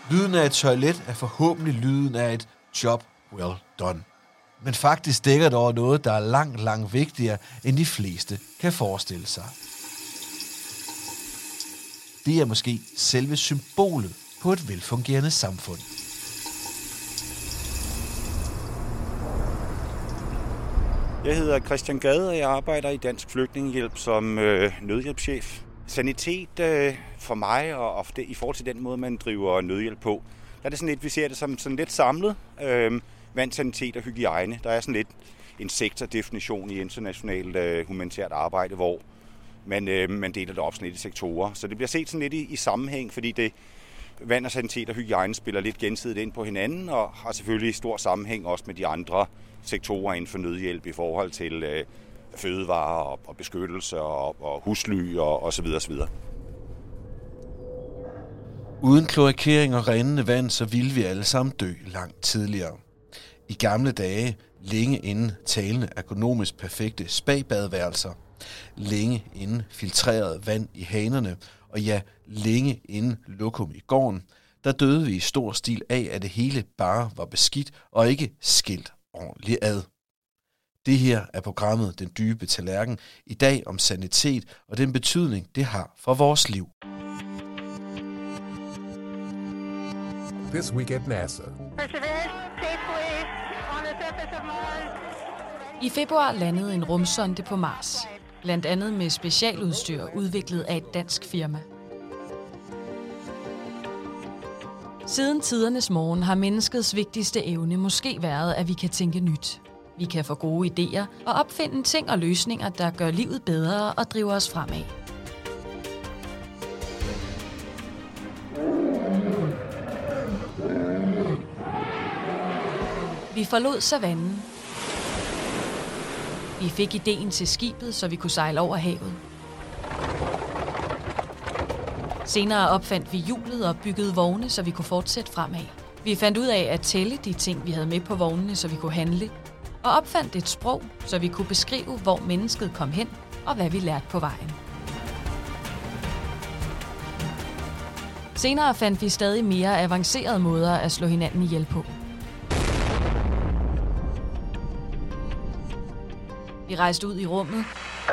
Lyden af et toilet er forhåbentlig lyden af et job well done. Men faktisk dækker det over noget, der er langt vigtigere, end de fleste kan forestille sig. Det er måske selve symbolet på et velfungerende samfund. Jeg hedder Christian Gade, og jeg arbejder i Dansk Flygtningehjælp som nødhjælpschef. Sanitet for mig, og i forhold til den måde, man driver nødhjælp på, der er det sådan lidt, vi ser det som sådan lidt samlet. Vand, sanitet og hygiejne. Der er sådan lidt en sektordefinition i internationalt humanitært arbejde, hvor man deler det op sådan lidt i sektorer. Så det bliver set sådan lidt i sammenhæng, fordi det vand og sanitet og hygiejne spiller lidt gensidigt ind på hinanden, og har selvfølgelig stor sammenhæng også med de andre sektorer inden for nødhjælp i forhold til fødevarer og beskyttelse og husly og så videre, så videre. Uden kloakering og rindende vand, så ville vi alle sammen dø langt tidligere. I gamle dage, længe inden talende ergonomisk perfekte spa-badeværelser, længe inden filtreret vand i hanerne, og ja, længe inden lokum i gården, der døde vi i stor stil af, at det hele bare var beskidt og ikke skilt ordentligt ad. Det her er programmet Den Dybe Tallerken, i dag om sanitet og den betydning, det har for vores liv. This week at NASA. I februar landede en rumsonde på Mars, blandt andet med specialudstyr udviklet af et dansk firma. Siden tidernes morgen har menneskets vigtigste evne måske været, at vi kan tænke nyt. Vi kan få gode idéer og opfinde ting og løsninger, der gør livet bedre og driver os fremad. Vi forlod savannen. Vi fik ideen til skibet, så vi kunne sejle over havet. Senere opfandt vi hjulet og byggede vogne, så vi kunne fortsætte fremad. Vi fandt ud af at tælle de ting, vi havde med på vognene, så vi kunne handle. Og opfandt et sprog, så vi kunne beskrive, hvor mennesket kom hen og hvad vi lærte på vejen. Senere fandt vi stadig mere avancerede måder at slå hinanden ihjel på. Vi rejste ud i rummet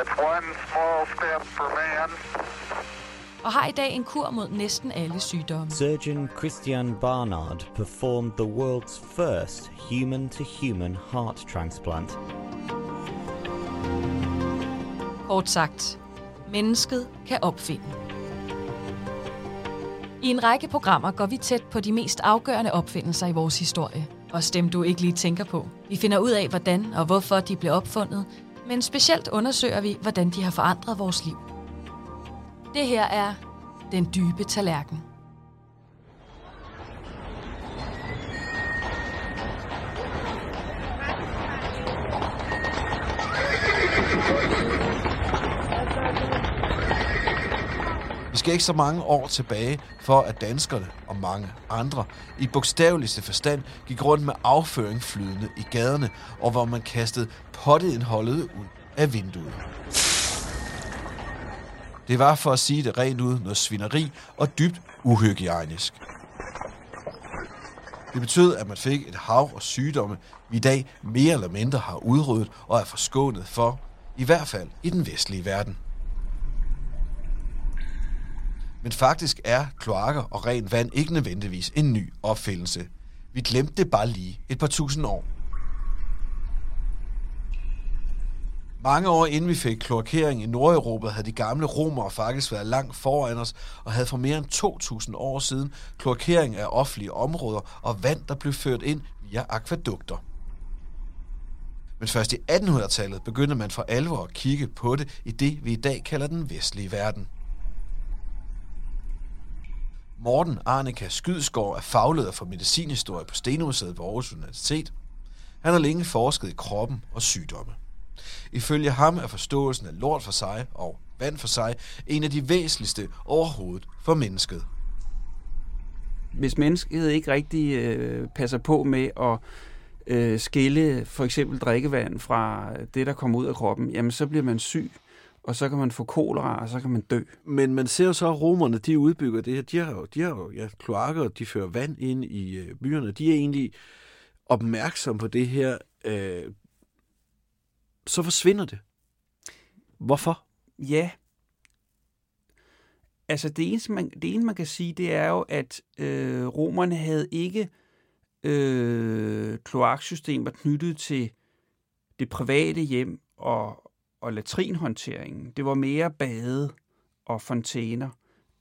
og har i dag en kur mod næsten alle sygdomme. Surgeon Christian Barnard performed the world's first human-to-human heart transplant. Kort sagt, mennesket kan opfinde. I en række programmer går vi tæt på de mest afgørende opfindelser i vores historie. Også dem, du ikke lige tænker på. Vi finder ud af, hvordan og hvorfor de blev opfundet, men specielt undersøger vi, hvordan de har forandret vores liv. Det her er Den Dybe Tallerken. Vi skal ikke så mange år tilbage, for at danskerne og mange andre i bogstaveligste forstand gik rundt med afføring flydende i gaderne, og hvor man kastede potteindholdet ud af vinduet. Det var, for at sige det rent ud, noget svineri og dybt uhygiejnisk. Det betød, at man fik et hav af sygdomme, vi i dag mere eller mindre har udryddet og er forskånet for, i hvert fald i den vestlige verden. Men faktisk er kloakker og rent vand ikke nødvendigvis en ny opfindelse. Vi glemte det bare lige et par tusind år. Mange år inden vi fik kloakering i Nordeuropa, havde de gamle romere faktisk været langt foran os og havde for mere end 2000 år siden kloakering af offentlige områder og vand, der blev ført ind via akvædukter. Men først i 1800-tallet begyndte man for alvor at kigge på det i det, vi i dag kalder den vestlige verden. Morten Arnika Skydsgaard er fagleder for medicinhistorie på Stenmuseet på Aarhus Universitet. Han har længe forsket i kroppen og sygdomme. Ifølge ham er forståelsen af lort for sig og vand for sig en af de væsentligste overhovedet for mennesket. Hvis mennesket ikke rigtig passer på med at skille for eksempel drikkevand fra det, der kommer ud af kroppen, jamen så bliver man syg. og så kan man få kolera, og så kan man dø. Men man ser jo så, at romerne, de udbygger det her. De har jo kloakker, de fører vand ind i byerne. De er egentlig opmærksomme på det her. Så forsvinder det. Hvorfor? Ja. Altså det eneste, man kan sige, det er jo, at romerne havde ikke kloaksystemer knyttet til det private hjem og latrinhåndteringen. Det var mere bade og fontæner.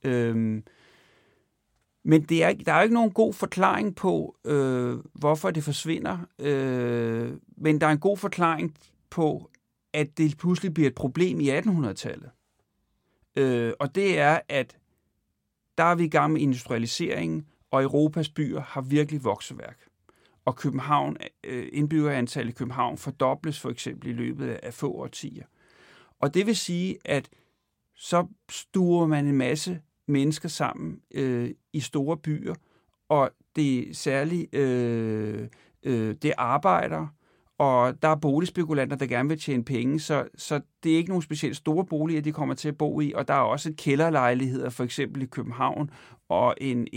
Men der er jo ikke nogen god forklaring på, hvorfor det forsvinder. Men der er en god forklaring på, at det pludselig bliver et problem i 1800-tallet. Og det er, at der er vi i gang med industrialiseringen, og Europas byer har virkelig vokseværk. Og København, indbyggerantallet i København fordobles for eksempel i løbet af få årtier. Og det vil sige, at så stuer man en masse mennesker sammen i store byer, og det er særligt det er arbejdere, og der er boligspekulanter, der gerne vil tjene penge, så det er ikke nogen specielt store boliger, de kommer til at bo i, og der er også et kælderlejligheder, for eksempel i København, og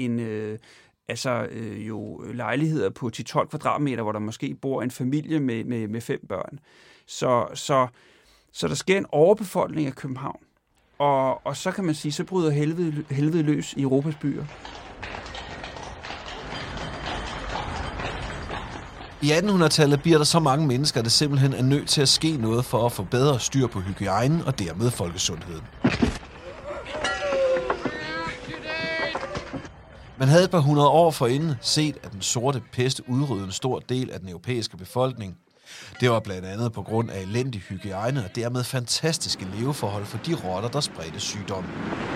lejligheder på 10-12 kvadratmeter, hvor der måske bor en familie med 5 børn. Så der sker en overbefolkning af København, og så kan man sige, så bryder helvede løs i Europas byer. I 1800-tallet bliver der så mange mennesker, der simpelthen er nødt til at ske noget for at få bedre styr på hygiejnen og dermed folkesundheden. Man havde et par hundrede år forinden set, at den sorte pest udryddede en stor del af den europæiske befolkning. Det var blandt andet på grund af elendig hygiejne og dermed fantastiske leveforhold for de rotter, der spredte sygdommen.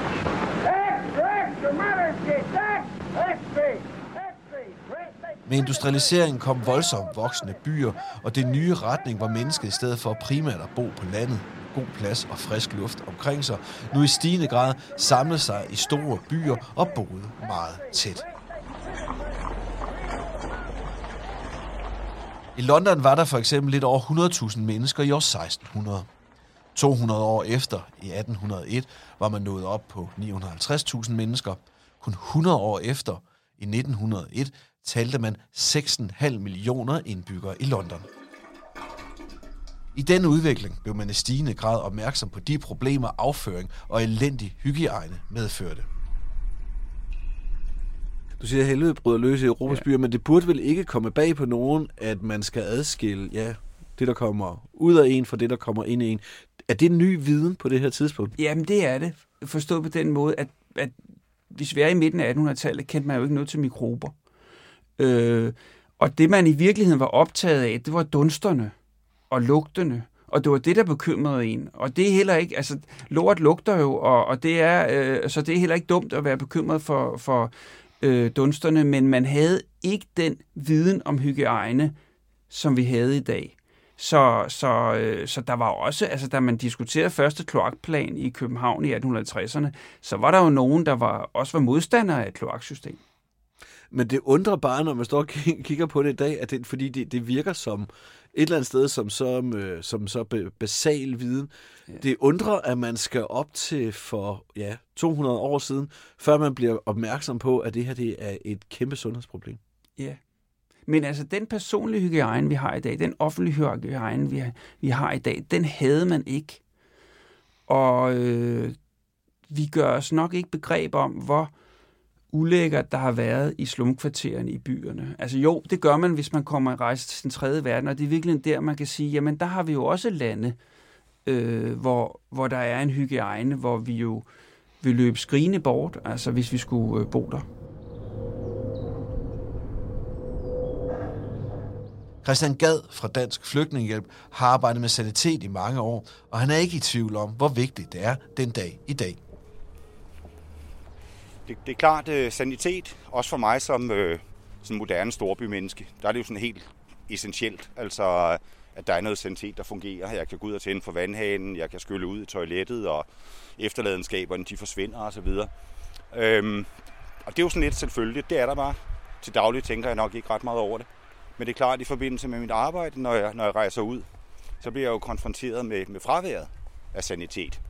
Med industrialiseringen kom voldsomt voksende byer, og den nye retning var mennesket i stedet for primært at bo på landet, god plads og frisk luft omkring sig, nu i stigende grad samlede sig i store byer og boede meget tæt. I London var der for eksempel lidt over 100.000 mennesker i år 1600. 200 år efter, i 1801, var man nået op på 950.000 mennesker. Kun 100 år efter, i 1901, talte man 6,5 millioner indbyggere i London. I den udvikling blev man i stigende grad opmærksom på de problemer, afføring og elendig hygiejne medførte. Du siger, at helvede bryder løs i Europas byer, men det burde vel ikke komme bag på nogen, at man skal adskille det, der kommer ud af en, fra det, der kommer ind i en. Er det en ny viden på det her tidspunkt? Jamen, det er det. Forstået på den måde, at hvis vi er i midten af 1800-tallet, kendte man jo ikke noget til mikrober. Og det, man i virkeligheden var optaget af, det var dunsterne og lugtene. Og det var det, der bekymrede en. Og det er heller ikke, altså lort lugter jo, og det er, så det er heller ikke dumt at være bekymret for dunsterne, men man havde ikke den viden om hygiejne, som vi havde i dag. Så der var også, altså da man diskuterede første kloakplan i København i 1860'erne, så var der jo nogen, der også var modstandere af et kloaksystem. Men det undrer bare, når man står og kigger på det i dag, at fordi det virker som et eller andet sted som så basal viden. Ja. Det undrer, at man skal op til for 200 år siden, før man bliver opmærksom på, at det her det er et kæmpe sundhedsproblem. Ja, men altså den personlige hygiejne, vi har i dag, den offentlige hygiejne, vi har i dag, den havde man ikke. Og vi gør os nok ikke begreb om, hvor ulækkert der har været i slumkvartererne i byerne. Altså jo, det gør man, hvis man kommer og rejser til den tredje verden, og det er virkelig der, man kan sige, jamen der har vi jo også lande, hvor der er en hygiejne, hvor vi jo vil løbe skrigende bort, altså hvis vi skulle bo der. Christian Gad fra Dansk Flygtningehjælp har arbejdet med sanitet i mange år, og han er ikke i tvivl om, hvor vigtigt det er den dag i dag. Det er klart, sanitet, også for mig som moderne storbymenneske, der er det jo sådan helt essentielt, altså at der er noget sanitet, der fungerer. Jeg kan gå ud og tænde for vandhanen, jeg kan skylle ud i toilettet, og efterladenskaberne, de forsvinder osv. Og det er jo sådan lidt selvfølgeligt, det er der bare. Til daglig tænker jeg nok ikke ret meget over det. Men det er klart, i forbindelse med mit arbejde, når jeg rejser ud, så bliver jeg jo konfronteret med fraværet af sanitet.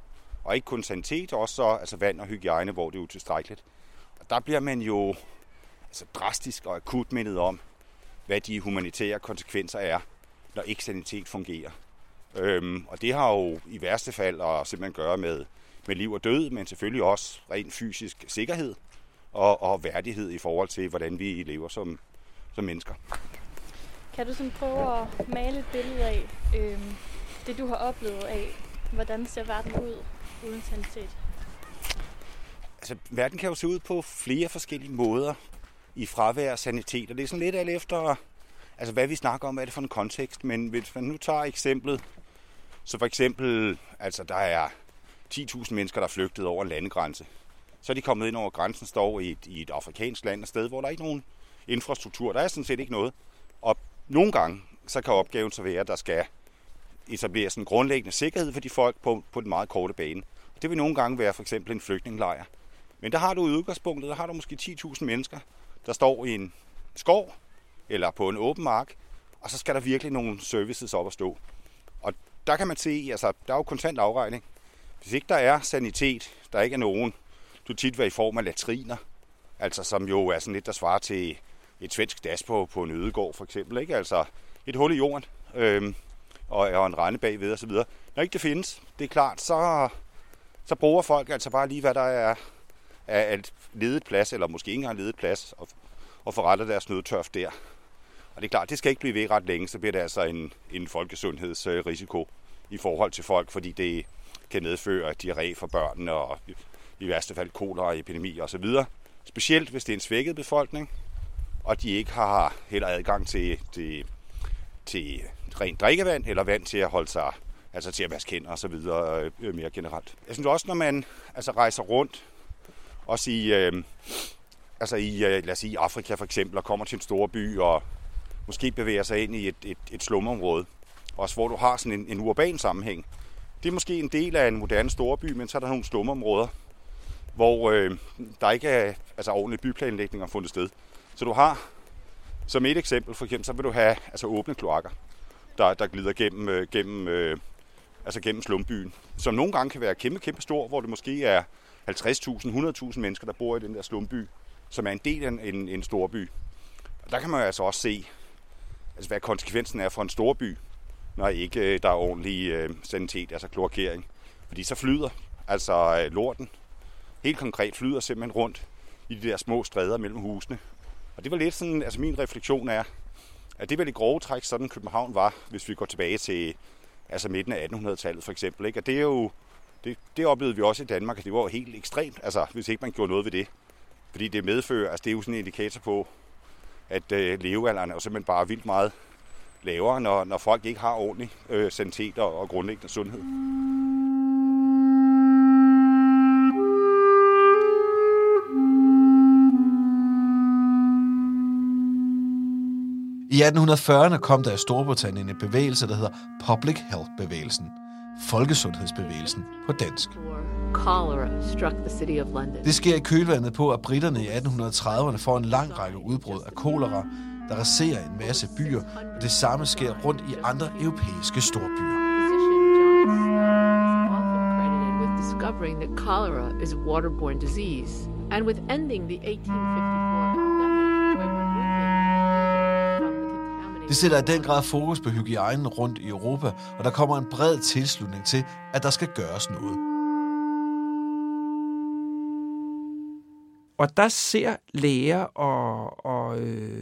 Og ikke kun sanitet, også så, altså vand og hygiejne, hvor det er utilstrækkeligt. Og der bliver man jo altså drastisk og akut mindet om, hvad de humanitære konsekvenser er, når ikke sanitet fungerer. Og det har jo i værste fald at simpelthen gøre med liv og død, men selvfølgelig også rent fysisk sikkerhed og værdighed i forhold til, hvordan vi lever som mennesker. Kan du sådan prøve at male et billede af det, du har oplevet af, hvordan ser verden ud uden sanitet? Altså, verden kan jo se ud på flere forskellige måder i fravær af sanitet, og det er sådan lidt alt efter, altså hvad vi snakker om, hvad er det for en kontekst, men hvis man nu tager eksemplet, så for eksempel, altså der er 10.000 mennesker, der er flygtet over en landegrænse. Så er de kommet ind over grænsen, står i et afrikansk land, et sted, hvor der er ikke nogen infrastruktur. Der er sådan set ikke noget. Og nogle gange, så kan opgaven så være, at der skal etableres en grundlæggende sikkerhed for de folk på den meget korte bane. Det vil nogle gange være for eksempel en flygtningelejr. Men der har du i udgangspunktet, der har du måske 10.000 mennesker, der står i en skov eller på en åben mark, og så skal der virkelig nogle services op at stå. Og der kan man se, altså der er jo konstant afregning. Hvis ikke der er sanitet, der ikke er nogen, du tit være i form af latriner, altså som jo er sådan lidt, der svarer til et svensk das på en ødegård for eksempel, ikke? Altså et hul i jorden og en rende bagved og så videre. Når ikke det findes, det er klart, så bruger folk altså bare lige, hvad der er et ledet plads, eller måske ikke engang ledet plads, og forretter deres nødtørf der. Og det er klart, det skal ikke blive ved ret længe, så bliver det altså en folkesundhedsrisiko i forhold til folk, fordi det kan medføre diarré for børnene, og i værste fald kolera, epidemi og så videre. Specielt hvis det er en svækket befolkning, og de ikke har heller adgang til rent drikkevand, eller vand til at holde sig, altså til at vaske hænder og så videre mere generelt. Jeg synes også, når man altså rejser rundt, også lad os sige Afrika for eksempel, og kommer til en stor by, og måske bevæger sig ind i et slumområde, også hvor du har sådan en urban sammenhæng. Det er måske en del af en moderne storby, men så er der nogle slumområder, hvor der ikke er ordentlig byplanlægning fundet sted. Så du har, som et eksempel for eksempel, så vil du have åbne kloakker, der glider gennem slumbyen, som nogle gange kan være kæmpe stor, hvor det måske er 50.000, 100.000 mennesker, der bor i den der slumby, som er en del af en storby. Og der kan man jo altså også se, hvad konsekvensen er for en storby, når ikke der er ordentlig sanitet, altså kloakering. Fordi så flyder lorten, helt konkret flyder simpelthen rundt i de der små stræder mellem husene. Og det var lidt sådan, min refleksion er, at det var det grove træk, sådan København var, hvis vi går tilbage til midten af 1800-tallet for eksempel. Ikke? Og det er jo, det oplevede vi også i Danmark, at det var helt ekstremt, hvis ikke man gjorde noget ved det. Fordi det medfører, det er jo sådan en indikator på, at levealderen er jo simpelthen bare vildt meget lavere, når folk ikke har ordentlig sanitet og grundlæggende sundhed. I 1840'erne kom der i Storbritannien en bevægelse, der hedder Public Health-bevægelsen, folkesundhedsbevægelsen på dansk. Det sker i kølvandet på, at briterne i 1830'erne får en lang række udbrud af kolera, der raserer en masse byer, og det samme sker rundt i andre europæiske storbyer. Discovering that cholera is a waterborne disease, and with ending the 1854 Det sætter i den grad fokus på hygiejnen rundt i Europa, og der kommer en bred tilslutning til, at der skal gøres noget. Og der ser læger og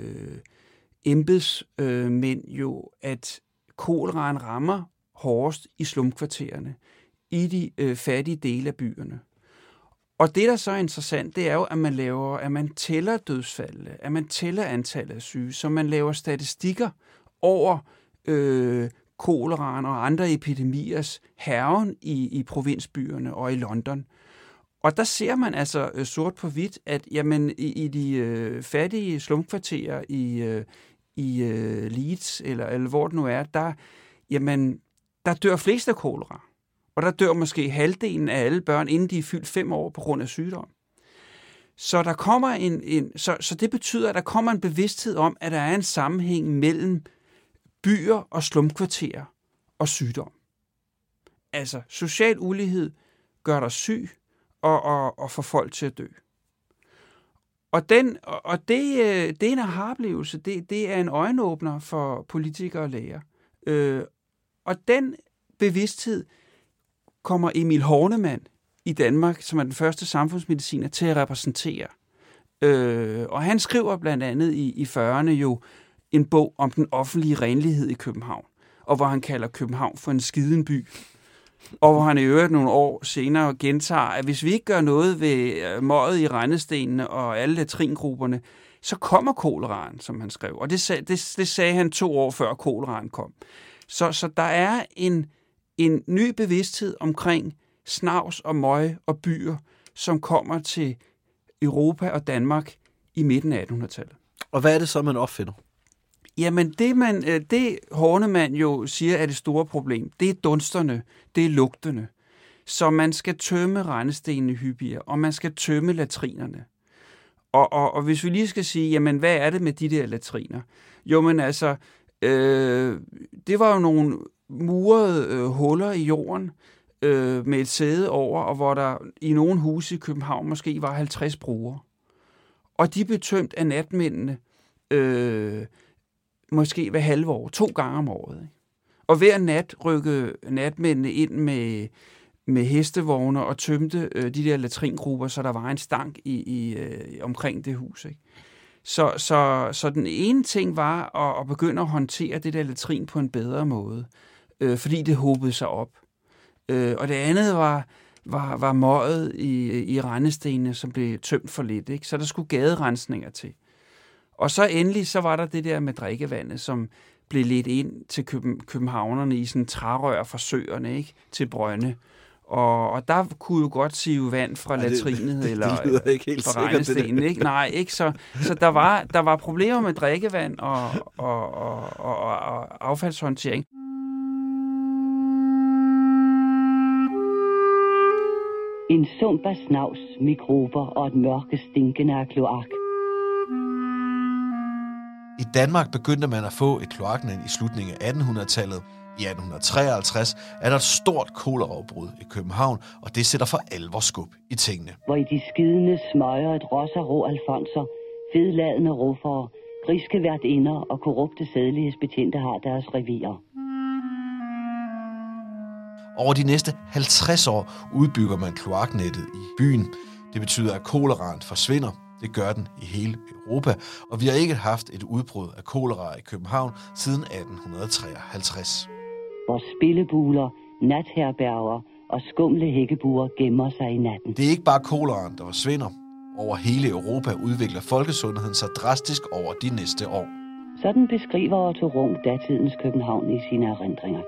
embedsmænd jo, at koleraen rammer hårdest i slumkvartererne, i de fattige dele af byerne. Og det, der så er interessant, det er jo, at man tæller dødsfaldene, at man tæller antallet af syge, så man laver statistikker over koleraen og andre epidemiers hærgen i provinsbyerne og i London. Og der ser man sort på hvidt, at i de fattige slumkvarterer i Leeds, eller hvor det nu er, der dør flest af kolera. Og der dør måske halvdelen af alle børn, inden de er fyldt 5 år på grund af sygdom. Så der kommer så det betyder, at der kommer en bevidsthed om, at der er en sammenhæng mellem byer og slumkvarterer og sygdom. Altså social ulighed gør dig syg og får folk til at dø. Og det er en aha-oplevelse. Det er en øjenåbner for politikere og læger. Og den bevidsthed kommer Emil Horneman i Danmark, som er den første samfundsmediciner, til at repræsentere. Og han skriver blandt andet i 40'erne jo en bog om den offentlige renlighed i København, og hvor han kalder København for en skiden by. Og hvor han i øvrigt nogle år senere gentager, at hvis vi ikke gør noget ved møget i rendestenene og alle latringrupperne, så kommer koleraen, som han skrev. Og det sagde han 2 år før koleraen kom. Så der er en ny bevidsthed omkring snavs og møg og byer, som kommer til Europa og Danmark i midten af 1800-tallet. Og hvad er det så, man opfinder? Jamen, det Horneman jo siger er det store problem, det er dunsterne, det er lugtene. Så man skal tømme rendestenene hyppigere, og man skal tømme latrinerne. Og hvis vi lige skal sige, jamen, hvad er det med de der latriner? Jo, men altså, det var jo nogle murede huller i jorden med et sæde over, og hvor der i nogle huse i København måske var 50 brugere. Og de blev tømt af natmændene, måske hver halve år, 2 gange om året. Ikke? Og hver nat rykkede natmændene ind med hestevogne og tømte de der latringrupper, så der var en stank omkring det hus. Ikke? Så den ene ting var at begynde at håndtere det der latrin på en bedre måde, fordi det hobede sig op. Og det andet var møget i rendestenene, som blev tømt for lidt. Ikke? Så der skulle gaderensninger til. Og så endelig, så var der det der med drikkevandet, som blev ledt ind til københavnerne i sådan trærør fra søerne, ikke? Til brønde. Og der kunne jo godt sive vand fra latrinet eller fra regnestenen. Ikke? Nej, ikke? Så der var problemer med drikkevand og affaldshåndtering. En sump af snavs, mikrober og et mørke stinkende af kloak. I Danmark begyndte man at få et kloaknet i slutningen af 1800-tallet. I 1853 er der et stort koleraudbrud i København, og det sætter for alvor skub i tingene. Hvor i de skidende smøger et ros af rå alfonser, fedladende råfere, griske værtinder og korrupte sædelighedsbetjente har deres revier. Over de næste 50 år udbygger man kloaknettet i byen. Det betyder, at koleraen forsvinder. Det gør den i hele Europa, og vi har ikke haft et udbrud af kolera i København siden 1853. Hvor spillebuler, natherberger og skumle hækkebuer gemmer sig i natten. Det er ikke bare koleraen, der forsvinder. Over hele Europa udvikler folkesundheden sig drastisk over de næste år. Sådan beskriver Otto Rung datidens København i sine erindringer.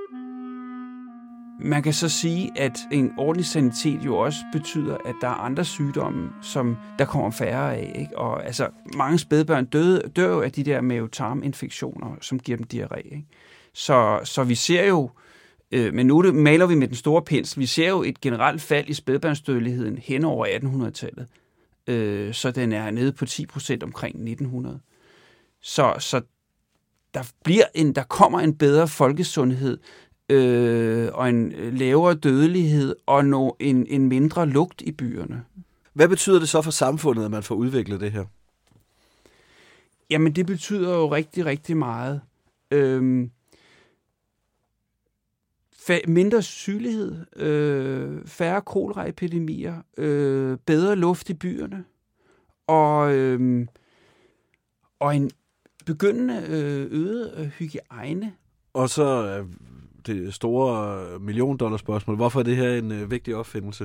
Man kan så sige, at en ordentlig sanitet jo også betyder, at der er andre sygdomme, som der kommer færre af. Ikke? Og altså, mange spædbørn dør jo af de der mavetarminfektioner, som giver dem diarré. Ikke? Så vi ser jo, men nu maler vi med den store pensel, vi ser jo et generelt fald i spædbørnsdødeligheden hen over 1800-tallet. Så den er nede på 10% omkring 1900. Så der kommer en bedre folkesundhed, og en lavere dødelighed og en mindre lugt i byerne. Hvad betyder det så for samfundet, at man får udviklet det her? Jamen, det betyder jo rigtig, rigtig meget. Mindre sygelighed, færre koleraepidemier, bedre luft i byerne, og en begyndende øget hygiejne. Og så det store million-dollar-spørgsmål. Hvorfor er det her en vigtig opfindelse?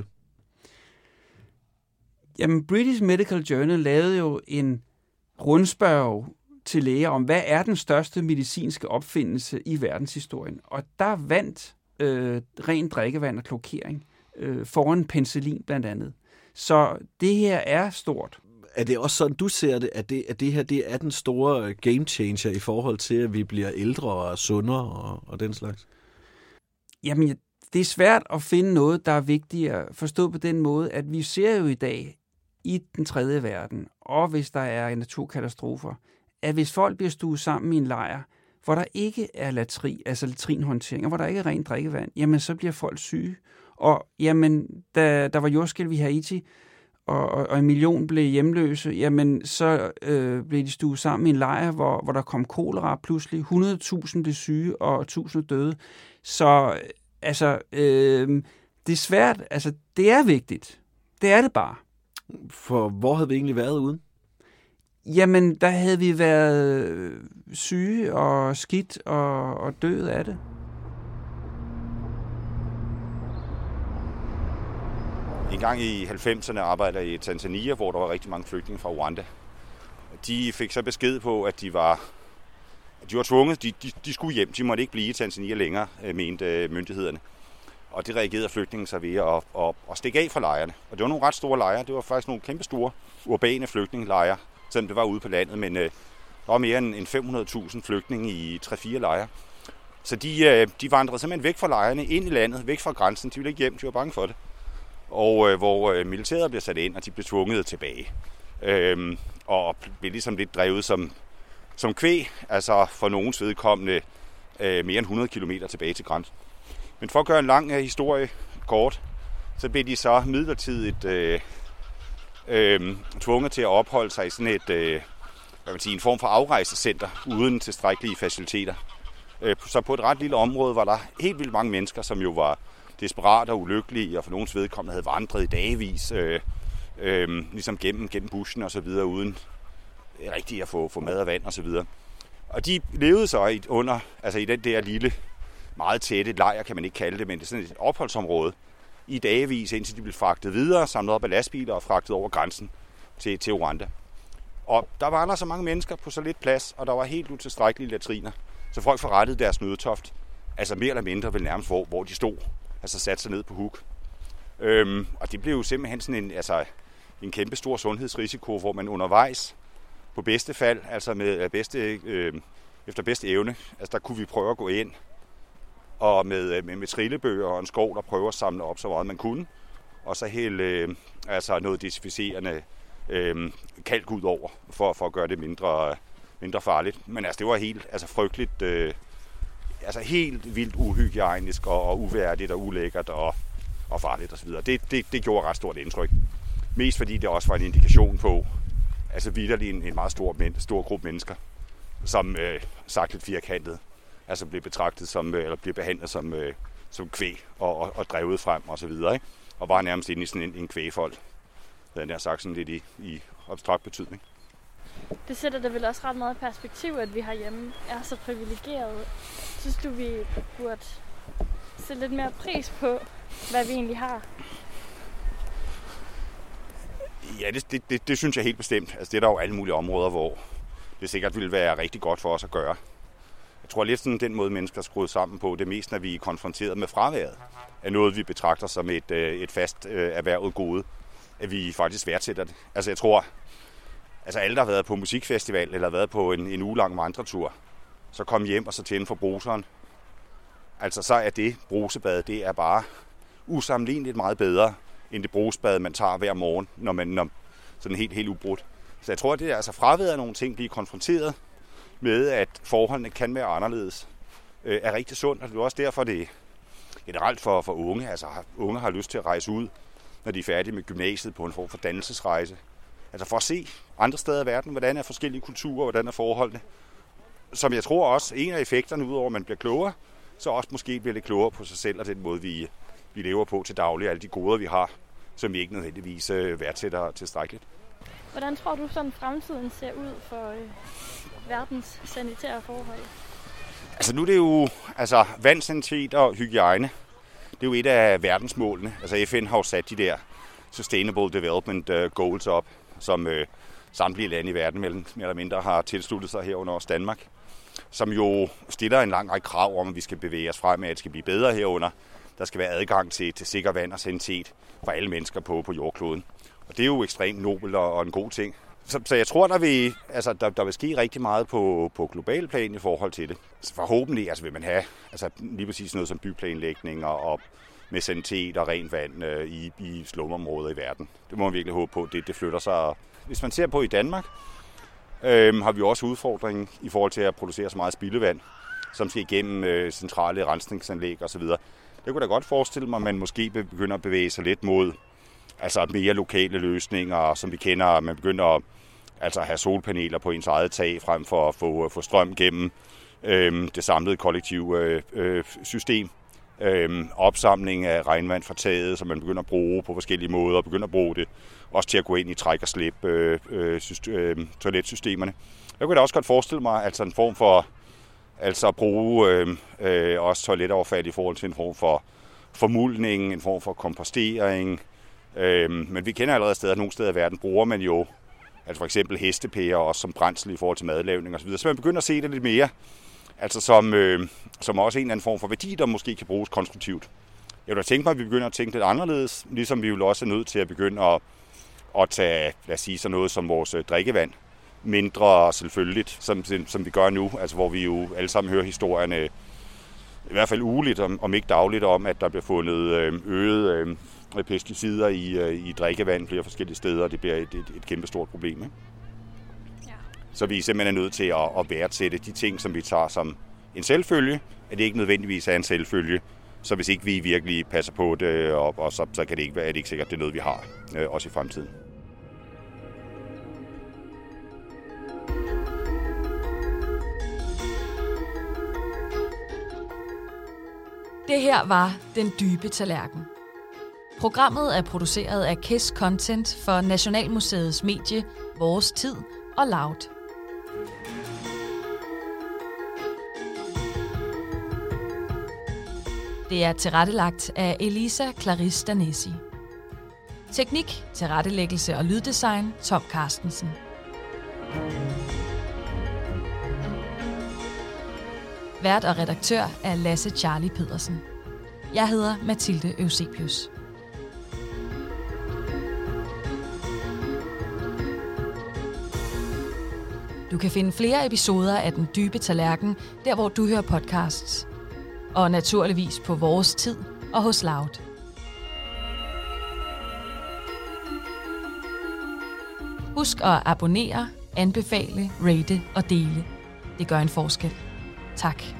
Jamen, British Medical Journal lavede jo en rundspørg til læger om, hvad er den største medicinske opfindelse i verdenshistorien. Og der vandt ren drikkevand og klokering foran penicillin blandt andet. Så det her er stort. Er det også sådan, du ser det, at det her det er den store game changer i forhold til, at vi bliver ældre og sundere og den slags? Jamen, det er svært at finde noget, der er vigtigere. Forstået på den måde, at vi ser jo i dag i den tredje verden, og hvis der er naturkatastrofer, at hvis folk bliver stuet sammen i en lejr, hvor der ikke er latrinhåndtering, og hvor der ikke er rent drikkevand, jamen så bliver folk syge. Og jamen, da der var jordskælv i Haiti, og 1 million blev hjemløse, jamen så blev de stuet sammen i en lejr, hvor der kom kolera pludselig. 100.000 blev syge, og 1.000 døde. Så altså, det er svært. Altså, det er vigtigt. Det er det bare. For hvor havde vi egentlig været uden? Jamen, der havde vi været syge og skidt og døde af det. En gang i 90'erne arbejdede jeg i Tanzania, hvor der var rigtig mange flygtninge fra Rwanda. De fik så besked på, at de var tvunget. De skulle hjem. De måtte ikke blive i Tanzania længere, mente myndighederne. Og det reagerede flygtningen sig ved at stikke af fra lejrene. Og det var nogle ret store lejre. Det var faktisk nogle kæmpe store urbane flygtningelejre, selvom det var ude på landet. Men der var mere end 500.000 flygtninge i 3-4 lejre. Så de vandrede simpelthen væk fra lejrene, ind i landet, væk fra grænsen. De ville ikke hjem, de var bange for det. Og hvor militæret blev sat ind, og de blev tvunget tilbage. Og blev ligesom lidt drevet som kvæg, altså for nogens vedkommende mere end 100 kilometer tilbage til grænsen. Men for at gøre en lang historie kort, så blev de så midlertidigt tvunget til at opholde sig i sådan et, en form for afrejsecenter uden tilstrækkelige faciliteter. Så på et ret lille område var der helt vildt mange mennesker, som jo var desperate og ulykkelige, og for nogens vedkommende havde vandret i dagevis, ligesom gennem bushen og så videre, uden rigtig at få mad og vand og så videre. Og de levede så i den der lille, meget tætte lejr, kan man ikke kalde det, men det er sådan et opholdsområde, i dagevis, indtil de blev fragtet videre, samlet op af lastbiler og fragtet over grænsen til Rwanda. Og der var så mange mennesker på så lidt plads, og der var helt utilstrækkelige latriner, så folk forrettede deres nødtoft, altså mere eller mindre vel nærmest hvor de stod, altså satte sig ned på huk. Og det blev jo simpelthen sådan en kæmpe stor sundhedsrisiko, hvor man undervejs, på bedste fald, altså efter bedste evne, altså der kunne vi prøve at gå ind, og med trillebøger og en skov, der prøver at samle op så meget man kunne, og så hælde noget desinficerende kalk ud over, for at gøre det mindre farligt. Men altså, det var helt frygteligt, helt vildt uhygiejnisk og uværdigt og ulækkert og farligt osv. Det gjorde ret stort indtryk. Mest fordi det også var en indikation på, vitterlig en meget stor gruppe mennesker, som sagt lidt firkantet, blev betragtet som, eller blev behandlet som kvæg og drevet frem og så videre, ikke? Og var nærmest inde i sådan en kvægfold, havde jeg sagt sådan lidt i abstrakt betydning. Det sætter det vel også ret meget perspektiv, at vi herhjemme er så privilegerede. Synes du, vi burde sætte lidt mere pris på, hvad vi egentlig har? Ja, det synes jeg helt bestemt. Altså, det er der jo alle mulige områder, hvor det sikkert ville være rigtig godt for os at gøre. Jeg tror lidt sådan, den måde, mennesker er skruet sammen på, det mest, når vi er konfronteret med fraværet, er noget, vi betragter som et fast erhvervet gode, at vi faktisk værdsætter det. Altså, jeg tror, alle, der har været på musikfestival eller været på en ugelang vandretur, så kom hjem og så tænde for bruseren. Altså, så er det brusebad, det er bare usammenligneligt meget bedre, end det brusebad, man tager hver morgen, når sådan helt ubrudt. Så jeg tror, at det er fraværet af nogle ting, blive konfronteret med, at forholdene kan være anderledes, er rigtig sundt. Og det er også derfor, det generelt for unge. Altså, unge har lyst til at rejse ud, når de er færdige med gymnasiet på en form for dannelsesrejse. Altså for at se andre steder i verden, hvordan er forskellige kulturer, hvordan er forholdene. Som jeg tror også, en af effekterne, udover at man bliver klogere, så også måske bliver lidt klogere på sig selv og den måde, vi lever på til daglig, alle de goder, vi har, som vi ikke nødvendigvis værdsætter tilstrækkeligt. Hvordan tror du, sådan fremtiden ser ud for verdens sanitære forhold? Altså nu er det jo, vand, sanitet og hygiejne, det er jo et af verdensmålene. Altså FN har jo sat de der Sustainable Development Goals op, som samtlige lande i verden mere eller mindre har tilsluttet sig herunder også Danmark, som jo stiller en lang række krav om, at vi skal bevæge os frem, at det skal blive bedre herunder. Der skal være adgang til sikker vand og sanitet for alle mennesker på jordkloden. Og det er jo ekstremt nobelt og en god ting. Så jeg tror, der vil ske rigtig meget på global plan i forhold til det. Så forhåbentlig vil man have lige præcis noget som byplanlægning og med sanitet og rent vand i slumområder i verden. Det må man virkelig håbe på, det flytter sig. Hvis man ser på i Danmark, har vi også udfordringen i forhold til at producere så meget spildevand, som skal igennem centrale rensningsanlæg osv. Jeg kunne da godt forestille mig, at man måske begynder at bevæge sig lidt mod mere lokale løsninger, som vi kender. Man begynder at have solpaneler på ens eget tag, frem for at få strøm gennem det samlede kollektive system. Opsamling af regnvand fra taget, som man begynder at bruge på forskellige måder, og begynder at bruge det også til at gå ind i træk- og slip toiletsystemerne. Jeg kunne da også godt forestille mig en form for at bruge også toiletoverfald i forhold til en form for formuldning, en form for kompostering. Men vi kender allerede steder, at nogle steder i verden bruger man jo for eksempel hestepærer også som brændsel i forhold til madlavning osv. Så man begynder at se det lidt mere som også en eller anden form for værdi, der måske kan bruges konstruktivt. Jeg vil da tænke mig, at vi begynder at tænke lidt anderledes, ligesom vi jo også er nødt til at begynde at tage, lad os sige, sådan noget som vores drikkevand mindre selvfølgeligt, som vi gør nu, hvor vi jo alle sammen hører historierne, i hvert fald ugeligt, om ikke dagligt, om at der bliver fundet øget pesticider i drikkevand flere forskellige steder, og det bliver et kæmpe stort problem. Ikke? Ja. Så vi er simpelthen nødt til at værdsætte de ting, som vi tager som en selvfølge, at det ikke nødvendigvis er en selvfølge. Så hvis ikke vi virkelig passer på det, og så kan det ikke være, at det ikke sikkert, at det er noget, vi har, også i fremtiden. Det her var Den Dybe Tallerken. Programmet er produceret af KISS Content for Nationalmuseets medie Vores Tid og Loud. Det er tilrettelagt af Elisa Clarisse Danesi. Teknik, tilrettelæggelse og lyddesign Tom Carstensen. Vært og redaktør er Lasse Charlie Pedersen. Jeg hedder Mathilde Eusebius. Du kan finde flere episoder af Den Dybe Tallerken, der hvor du hører podcasts. Og naturligvis på Vores Tid og hos Loud. Husk at abonnere, anbefale, rate og dele. Det gør en forskel. Tak.